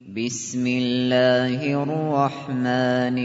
بسم الله الرحمن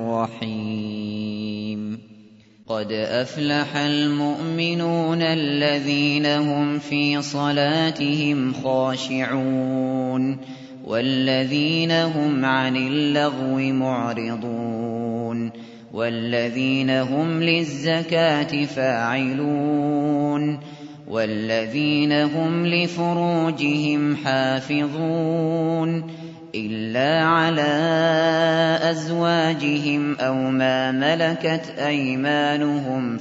الرحيم قد أفلح المؤمنون الذين هم في صلاتهم خاشعون والذين هم عن اللغو معرضون والذين هم للزكاة فاعلون والذين هم لفروجهم حافظون إلا على أزواجهم أو ما ملكت أيمانهم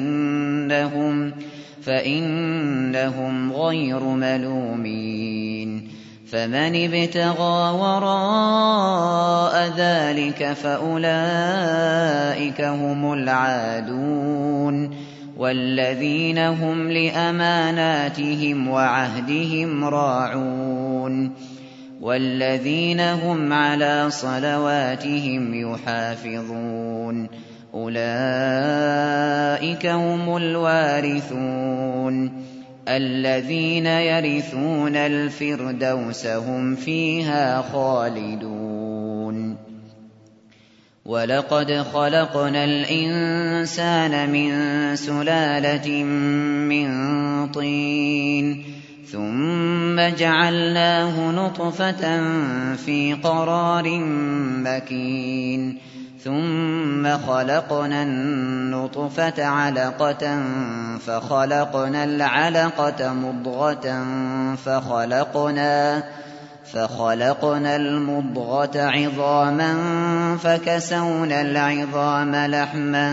فإنهم غير ملومين فمن ابتغى وراء ذلك فأولئك هم العادون والذين هم لأماناتهم وعهدهم راعون والذين هم على صلواتهم يحافظون أولئك هم الوارثون الذين يرثون الفردوس هم فيها خالدون ولقد خلقنا الإنسان من سلالة من طين ثم جعلناه نطفة في قرار مكين ثم خلقنا النطفة علقة فخلقنا العلقة مضغة فخلقنا المضغة عظاما فكسونا العظام لحما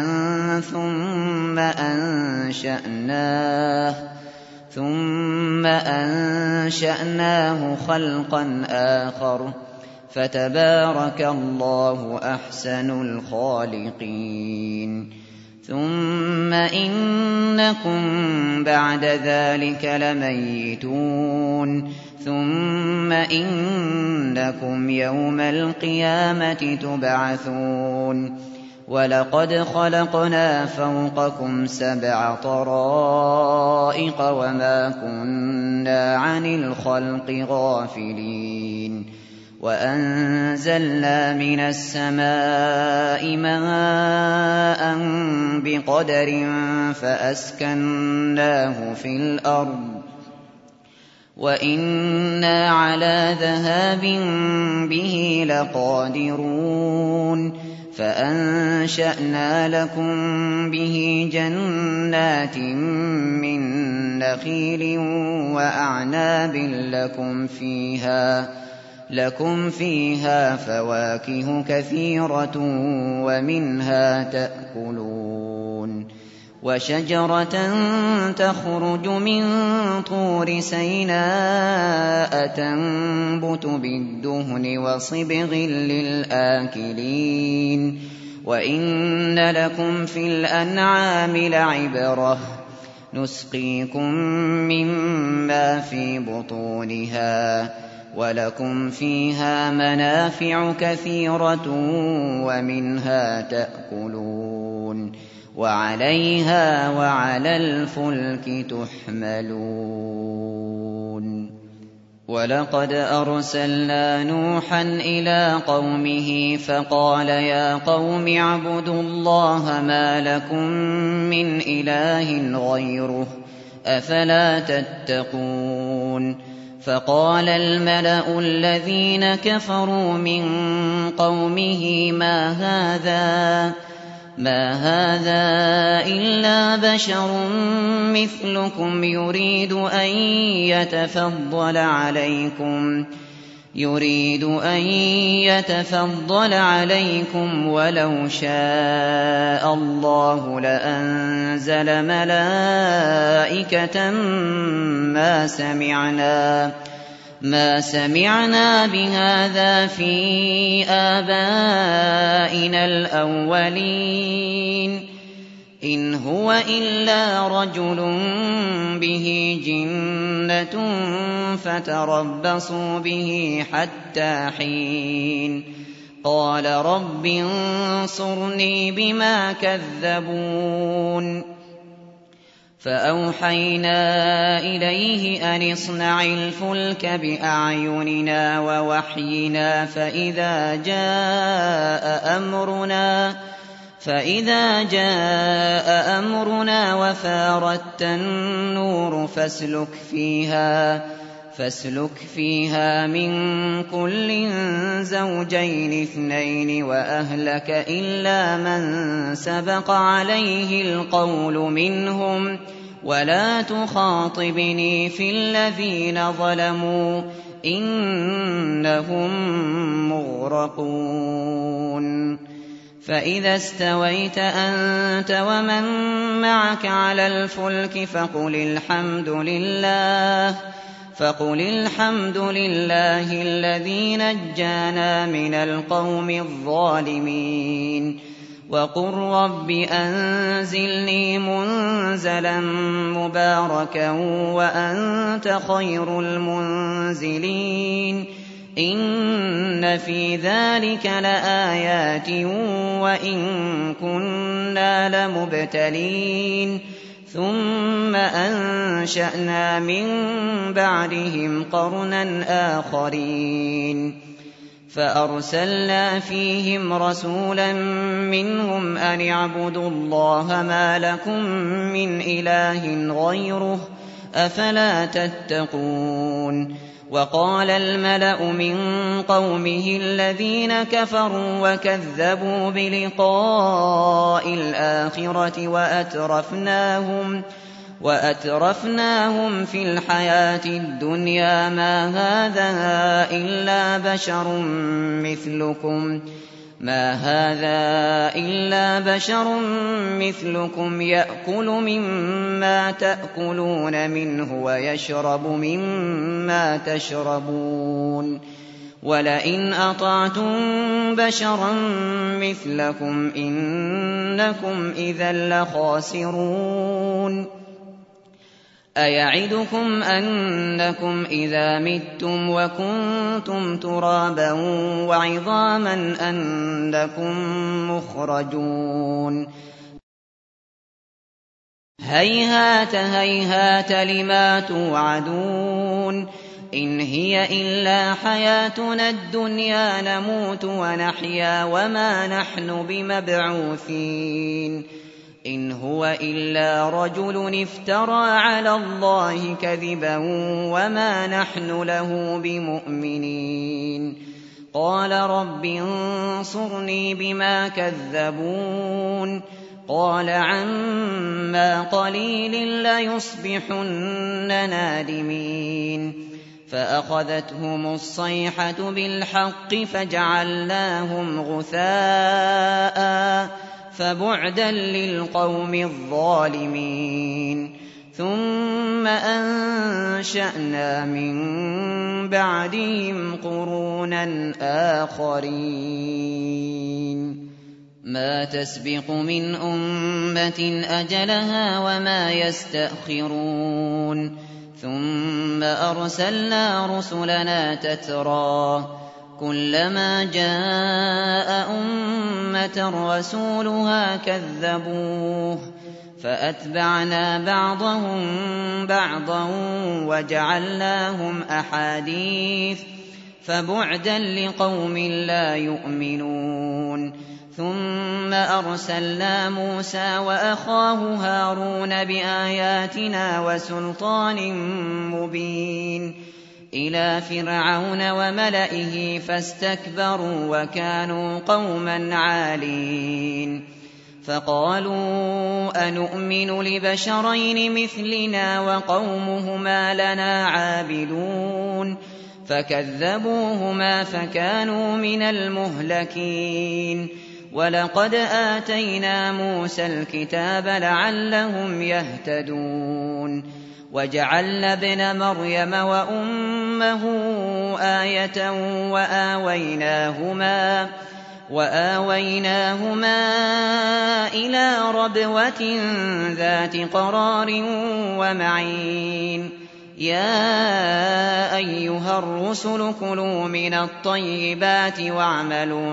ثم أنشأناه خلقا آخر فتبارك الله أحسن الخالقين ثم إنكم بعد ذلك لميتون ثم إنكم يوم القيامة تبعثون ولقد خلقنا فوقكم 7 طرائق وما كنا عن الخلق غافلين وأنزلنا من السماء ماء بقدر فأسكناه في الأرض وإنا على ذهاب به لقادرون فأنشأنا لكم به جنات من نخيل وأعناب لكم فيها فواكه كثيرة ومنها تأكلون وشجرة تخرج من طور سيناء تنبت بالدهن وصبغ للآكلين وإن لكم في الأنعام لعبرة نسقيكم مما في بطونها ولكم فيها منافع كثيرة ومنها تأكلون وعليها وعلى الفلك تحملون ولقد أرسلنا نوحا إلى قومه فقال يا قوم اعبدوا الله ما لكم من إله غيره أفلا تتقون فقال الملأ الذين كفروا من قومه ما هذا إلا بشر مثلكم يريد أن يتفضل عليكم ولو شاء الله لأنزل ملائكة ما سمعنا بهذا في آبائنا الأولين إن هو إلا رجل به جنة فتربصوا به حتى حين قال رب انصرني بما كذبون فأوحينا إليه أن اصنع الفلك بأعيننا ووحينا فإذا جاء أمرنا وفارت النور فاسلك فيها من كل زوجين اثنين وأهلك إلا من سبق عليه القول منهم ولا تخاطبني في الذين ظلموا إنهم مغرقون فإذا استويت أنت ومن معك على الفلك فقل الحمد لله الذي نجانا من القوم الظالمين وقل رب أنزلني منزلا مباركا وأنت خير المنزلين إن في ذلك لآيات وإن كنا لمبتلين ثم أنشأنا من بعدهم قرنا آخرين فأرسلنا فيهم رسولا منهم أن اعبدوا الله ما لكم من إله غيره أفلا تتقون وقال الملأ من قومه الذين كفروا وكذبوا بلقاء الآخرة وأترفناهم في الحياة الدنيا ما هذا إلا بشر مثلكم يأكل مما تأكلون منه ويشرب مما تشربون ولئن أطعتم بشرا مثلكم إنكم إذا لخاسرون أيعدكم أنكم إذا متم وكنتم ترابا وعظاما أنكم مخرجون هيهات هيهات لما توعدون إن هي إلا حياتنا الدنيا نموت ونحيا وما نحن بمبعوثين إن هو إلا رجل افترى على الله كذبا وما نحن له بمؤمنين قال رب انصرني بما كذبون قال عما قليل ليصبحن نادمين فأخذتهم الصيحة بالحق فجعلناهم غثاء فبعدا للقوم الظالمين ثم أنشأنا من بعدهم قرونا آخرين ما تسبق من أمة أجلها وما يستأخرون ثم أرسلنا رسلنا تترى كلما جاء أمة رسولها كذبوه فأتبعنا بعضهم بعضا وجعلناهم أحاديث فبعدا لقوم لا يؤمنون ثم أرسلنا موسى وأخاه هارون بآياتنا وسلطان مبين إلى فرعون وملئه فاستكبروا وكانوا قوما عالين فقالوا أنؤمن لبشرين مثلنا وقومهما لنا عابدون فكذبوهما فكانوا من المهلكين ولقد آتينا موسى الكتاب لعلهم يهتدون وجعلنا ابن مريم وأمه آية وآويناهما إلى ربوة ذات قرار ومعين يا أيها الرسل كلوا من الطيبات واعملوا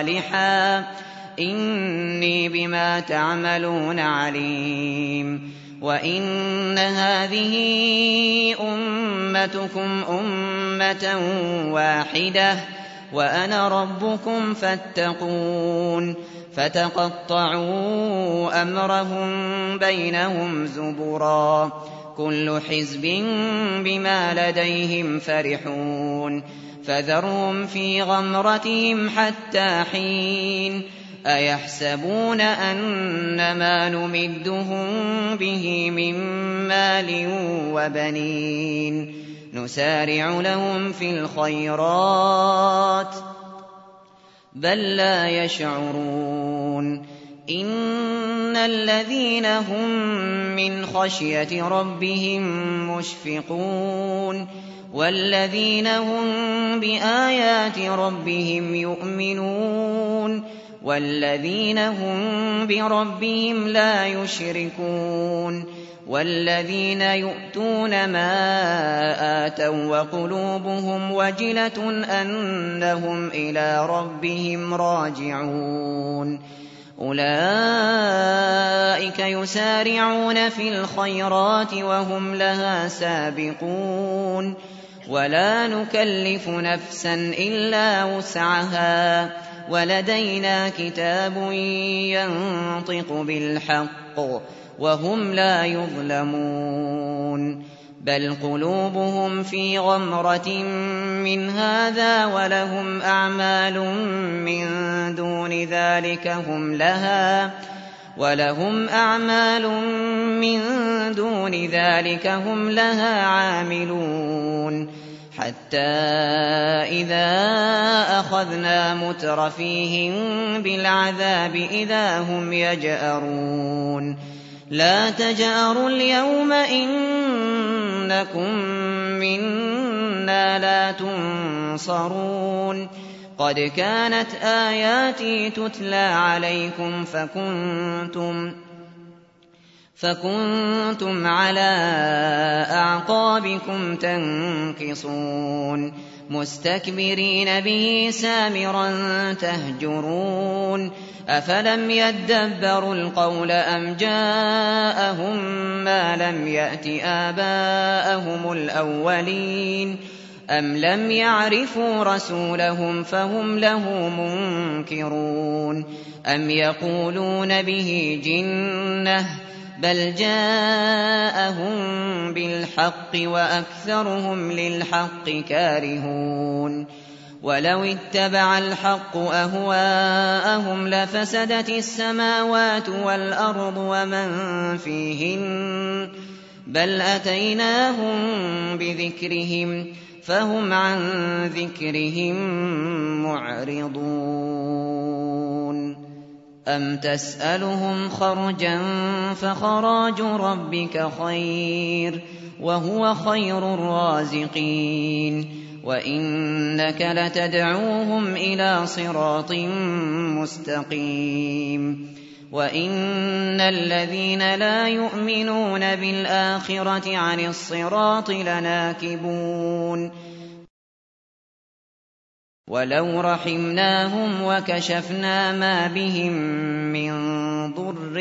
صالحا إني بما تعملون عليم وَإِنَّ هَٰذِهِ أُمَّتُكُمْ أُمَّةً وَاحِدَةً وَأَنَا رَبُّكُمْ فَاتَّقُونِ فَتَقَطَّعُوا أَمْرَهُم بَيْنَهُمْ زُبُرًا ۖ كُلُّ حِزْبٍ بِمَا لَدَيْهِمْ فَرِحُونَ فَذَرْهُمْ فِي غَمْرَتِهِمْ حَتَّىٰ حِينٍ أَيَحْسَبُونَ أَنَّمَا نُمِدُّهُم بِهِ مِن مَّالٍ وَبَنِينَ نُسَارِعُ لَهُمْ فِي الْخَيْرَاتِ بَل لَّا يَشْعُرُونَ إِنَّ الَّذِينَ هُم مِّنْ خَشْيَةِ رَبِّهِم مُّشْفِقُونَ وَالَّذِينَ هُم بِآيَاتِ رَبِّهِمْ يُؤْمِنُونَ وَالَّذِينَ هُم بِرَبِّهِمْ لَا يُشْرِكُونَ وَالَّذِينَ يُؤْتُونَ مَا آتَوا وَقُلُوبُهُمْ وَجِلَةٌ أَنَّهُمْ إِلَىٰ رَبِّهِمْ راجعون أُولَٰئِكَ يُسَارِعُونَ فِي الْخَيْرَاتِ وَهُمْ لَهَا سَابِقُونَ وَلَا نُكَلِّفُ نَفْسًا إِلَّا وُسْعَهَا وَلَدَيْنَا كِتَابٌ يَنطِقُ بِالْحَقِّ وَهُمْ لَا يُظْلَمُونَ بَلْ قُلُوبُهُمْ فِي غَمْرَةٍ مِّنْ هَٰذَا وَلَهُمْ أَعْمَالٌ مِّن دُونِ ذَٰلِكَ هُمْ لَهَا عَامِلُونَ حَتَّىٰ إِذَا أَخَذْنَا مُتْرَفِيهِم بِالْعَذَابِ إِذَا هُمْ يَجْأَرُونَ لَا تَجْأَرُوا الْيَوْمَ إِنَّكُم مِّنَّا لَا تُنصَرُونَ قَدْ كَانَتْ آيَاتِي تُتْلَىٰ عَلَيْكُمْ فَكُنتُمْ عَلَىٰ أَعْقَابِكُمْ تَنكِصُونَ مُسْتَكْبِرِينَ بِهِ سَامِرًا تَهْجُرُونَ أَفَلَمْ يَدَّبَّرُوا الْقَوْلَ أَمْ جَاءَهُم مَّا لَمْ يَأْتِ آبَاءَهُمُ الْأَوَّلِينَ أَمْ لَمْ يَعْرِفُوا رَسُولَهُمْ فَهُمْ لَهُ مُنكِرُونَ أَمْ يَقُولُونَ بِهِ جِنَّةٌ بَلْ جَاءَهُم بِالْحَقِّ وَأَكْثَرُهُمْ لِلْحَقِّ كَارِهُونَ وَلَوِ اتَّبَعَ الْحَقُّ أَهْوَاءَهُمْ لَفَسَدَتِ السَّمَاوَاتُ وَالْأَرْضُ وَمَن فِيهِنَّ بَلْ أَتَيْنَاهُم بِذِكْرِهِمْ فَهُمْ عَن ذِكْرِهِم مُّعْرِضُونَ أَمْ تَسْأَلُهُمْ خَرْجًا فَخَرَاجُ رَبِّكَ خَيْرٌ وَهُوَ خَيْرُ الرَّازِقِينَ وَإِنَّكَ لَتَدْعُوهُمْ إِلَىٰ صِرَاطٍ مُّسْتَقِيمٍ وَإِنَّ الَّذِينَ لَا يُؤْمِنُونَ بِالْآخِرَةِ عَنِ الصِّرَاطِ لَنَاكِبُونَ وَلَوْ رَحِمْنَاهُمْ وَكَشَفْنَا مَا بِهِم مِّن ضُرٍّ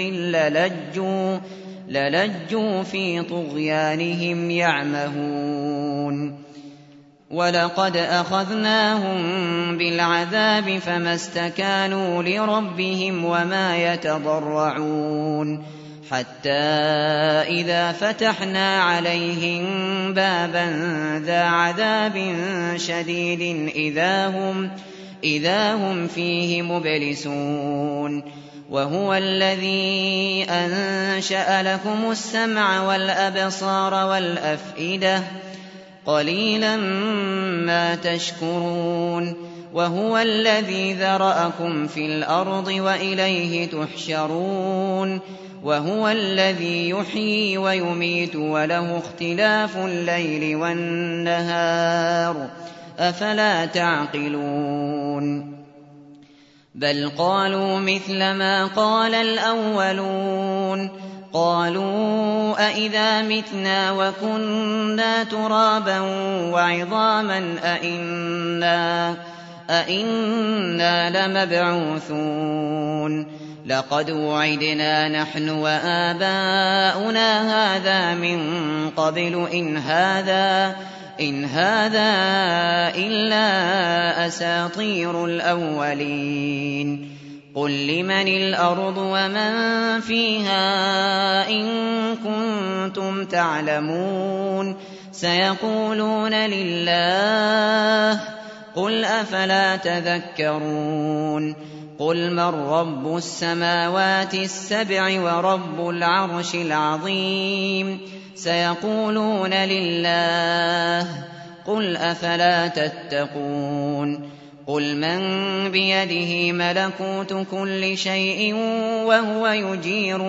لَّلَجُّوا فِي طُغْيَانِهِمْ يَعْمَهُونَ وَلَقَدْ أَخَذْنَاهُم بِالْعَذَابِ فَمَا اسْتَكَانُوا لِرَبِّهِمْ وَمَا يَتَضَرَّعُونَ حَتَّىٰ إِذَا فَتَحْنَا عَلَيْهِم بَابًا ذَا عَذَابٍ شَدِيدٍ إِذَا هُمْ فِيهِ مُبْلِسُونَ وَهُوَ الَّذِي أَنشَأَ لَكُمُ السَّمْعَ وَالْأَبْصَارَ وَالْأَفْئِدَةَ قَلِيلًا مَّا تَشْكُرُونَ وَهُوَ الَّذِي ذَرَأَكُمْ فِي الْأَرْضِ وَإِلَيْهِ تُحْشَرُونَ وَهُوَ الَّذِي يُحْيِي وَيُمِيتُ وَلَهُ اخْتِلَافُ اللَّيْلِ وَالنَّهَارِ أَفَلَا تَعْقِلُونَ بَلْ قَالُوا مِثْلَ مَا قَالَ الْأَوَّلُونَ قَالُوا أَإِذَا مِتْنَا وَكُنَّا تُرَابًا وَعِظَامًا أَإِنَّا لَمَبْعُوثُونَ لقد وعدنا نحن وآباؤنا هذا من قبل إن هذا إلا أساطير الأولين قل لمن الأرض ومن فيها إن كنتم تعلمون سيقولون لله قل أفلا تذكرون قل من رب السماوات السبع ورب العرش العظيم سيقولون لله قل أفلا تتقون قل من بيده ملكوت كل شيء وهو يجير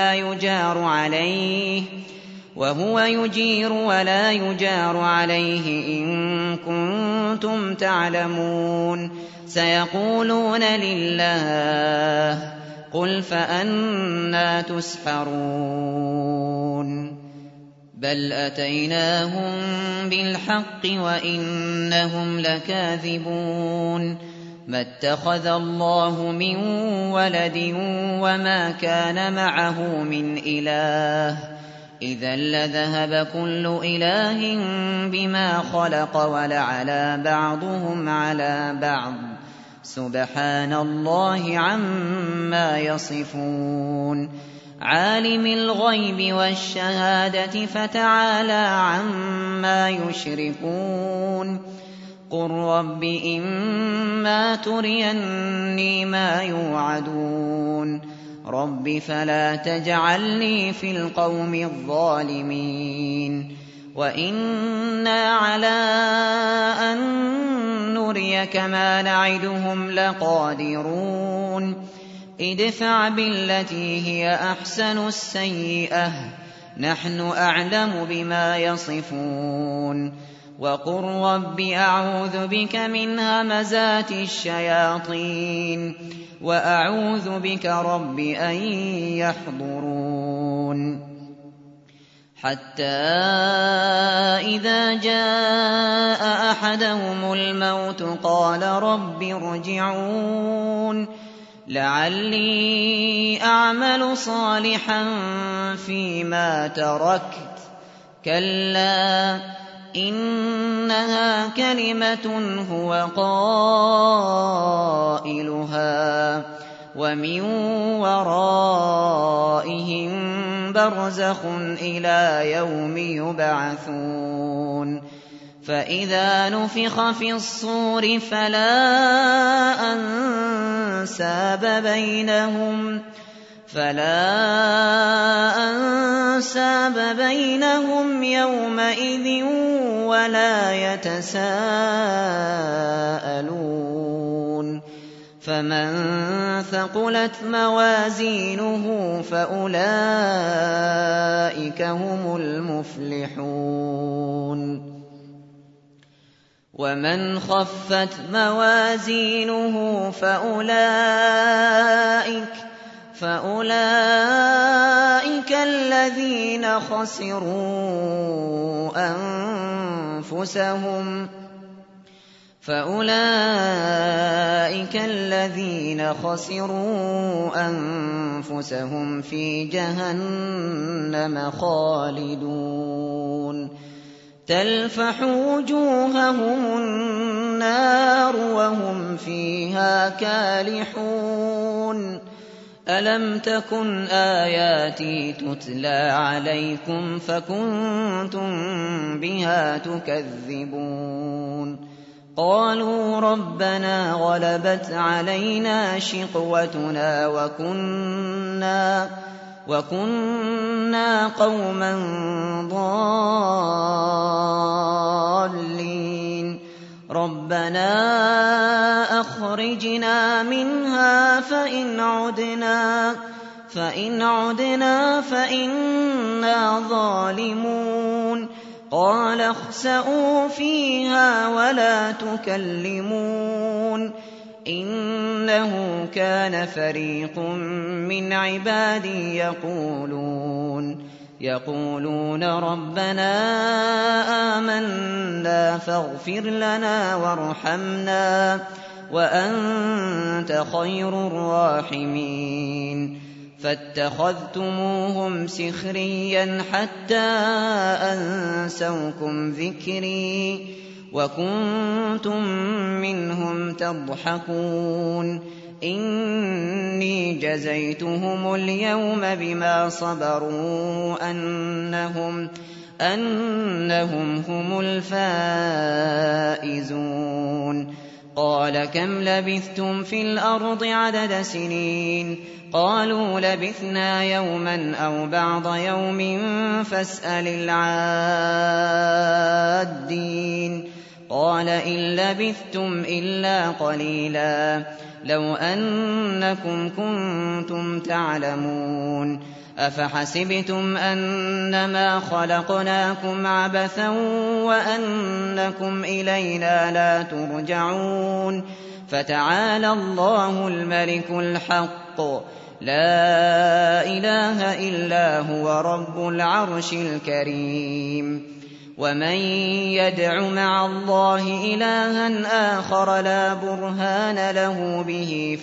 ولا يجار عليه إن كنتم تعلمون سيقولون لله قل فأنى تسحرون بل أتيناهم بالحق وإنهم لكاذبون ما اتخذ الله من ولد وما كان معه من إله إذا لذهب كل إله بما خلق ولعلى بعضهم على بعض سبحان الله عما يصفون عالم الغيب والشهادة فتعالى عما يشركون قل رب إما تريني ما يوعدون رب فلا تجعلني في القوم الظالمين وإنا على أن نريك ما نعدهم لقادرون ادفع بالتي هي أحسن السيئة نحن أعلم بما يصفون وقل رب أعوذ بك من همزات الشياطين وأعوذ بك رب أن يحضرون حتى إذا جاء أحدهم الموت قال رب ارجعون لعلي أعمل صالحا فيما تركت كلا إنها كلمة هو قائلها ومن ورائهم برزخ إلى يوم يبعثون فإذا نفخ في الصور فلا أنساب بينهم يومئذ ولا يتساءلون فمن ثقلت موازينه فأولئك هم المفلحون ومن خفت موازينه فأولئك الذين خسروا أنفسهم في جهنم خالدون تلفح وجوههم النار وهم فيها كالحون ألم تكن آياتي تتلى عليكم فكنتم بها تكذبون قالوا ربنا غلبت علينا شقوتنا وكنا قوما ضالين ربنا أخرجنا منها فإن عدنا فإنا ظالمون قال اخسئوا فيها ولا تكلمون إنه كان فريق من عبادي يقولون يقولون ربنا آمنا فاغفر لنا وارحمنا وأنت خير الراحمين فاتخذتموهم سخريا حتى أنسوكم ذكري وكنتم منهم تضحكون إني جزيتهم اليوم بما صبروا أنهم هم الفائزون قال كم لبثتم في الأرض عدد سنين قالوا لبثنا يوما أو بعض يوم فاسأل العادين قال إن لبثتم إلا قليلا لو أنكم كنتم تعلمون أفحسبتم أنما خلقناكم عبثا وأنكم إلينا لا ترجعون فتعالى الله الملك الحق لا إله إلا هو رب العرش الكريم ومن يدع مع الله إلها آخر لا برهان له به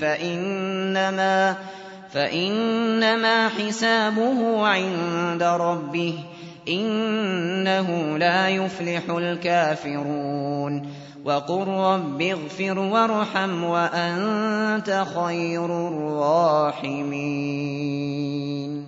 فإنما حسابه عند ربه إنه لا يفلح الكافرون وقل رب اغفر وارحم وأنت خير الراحمين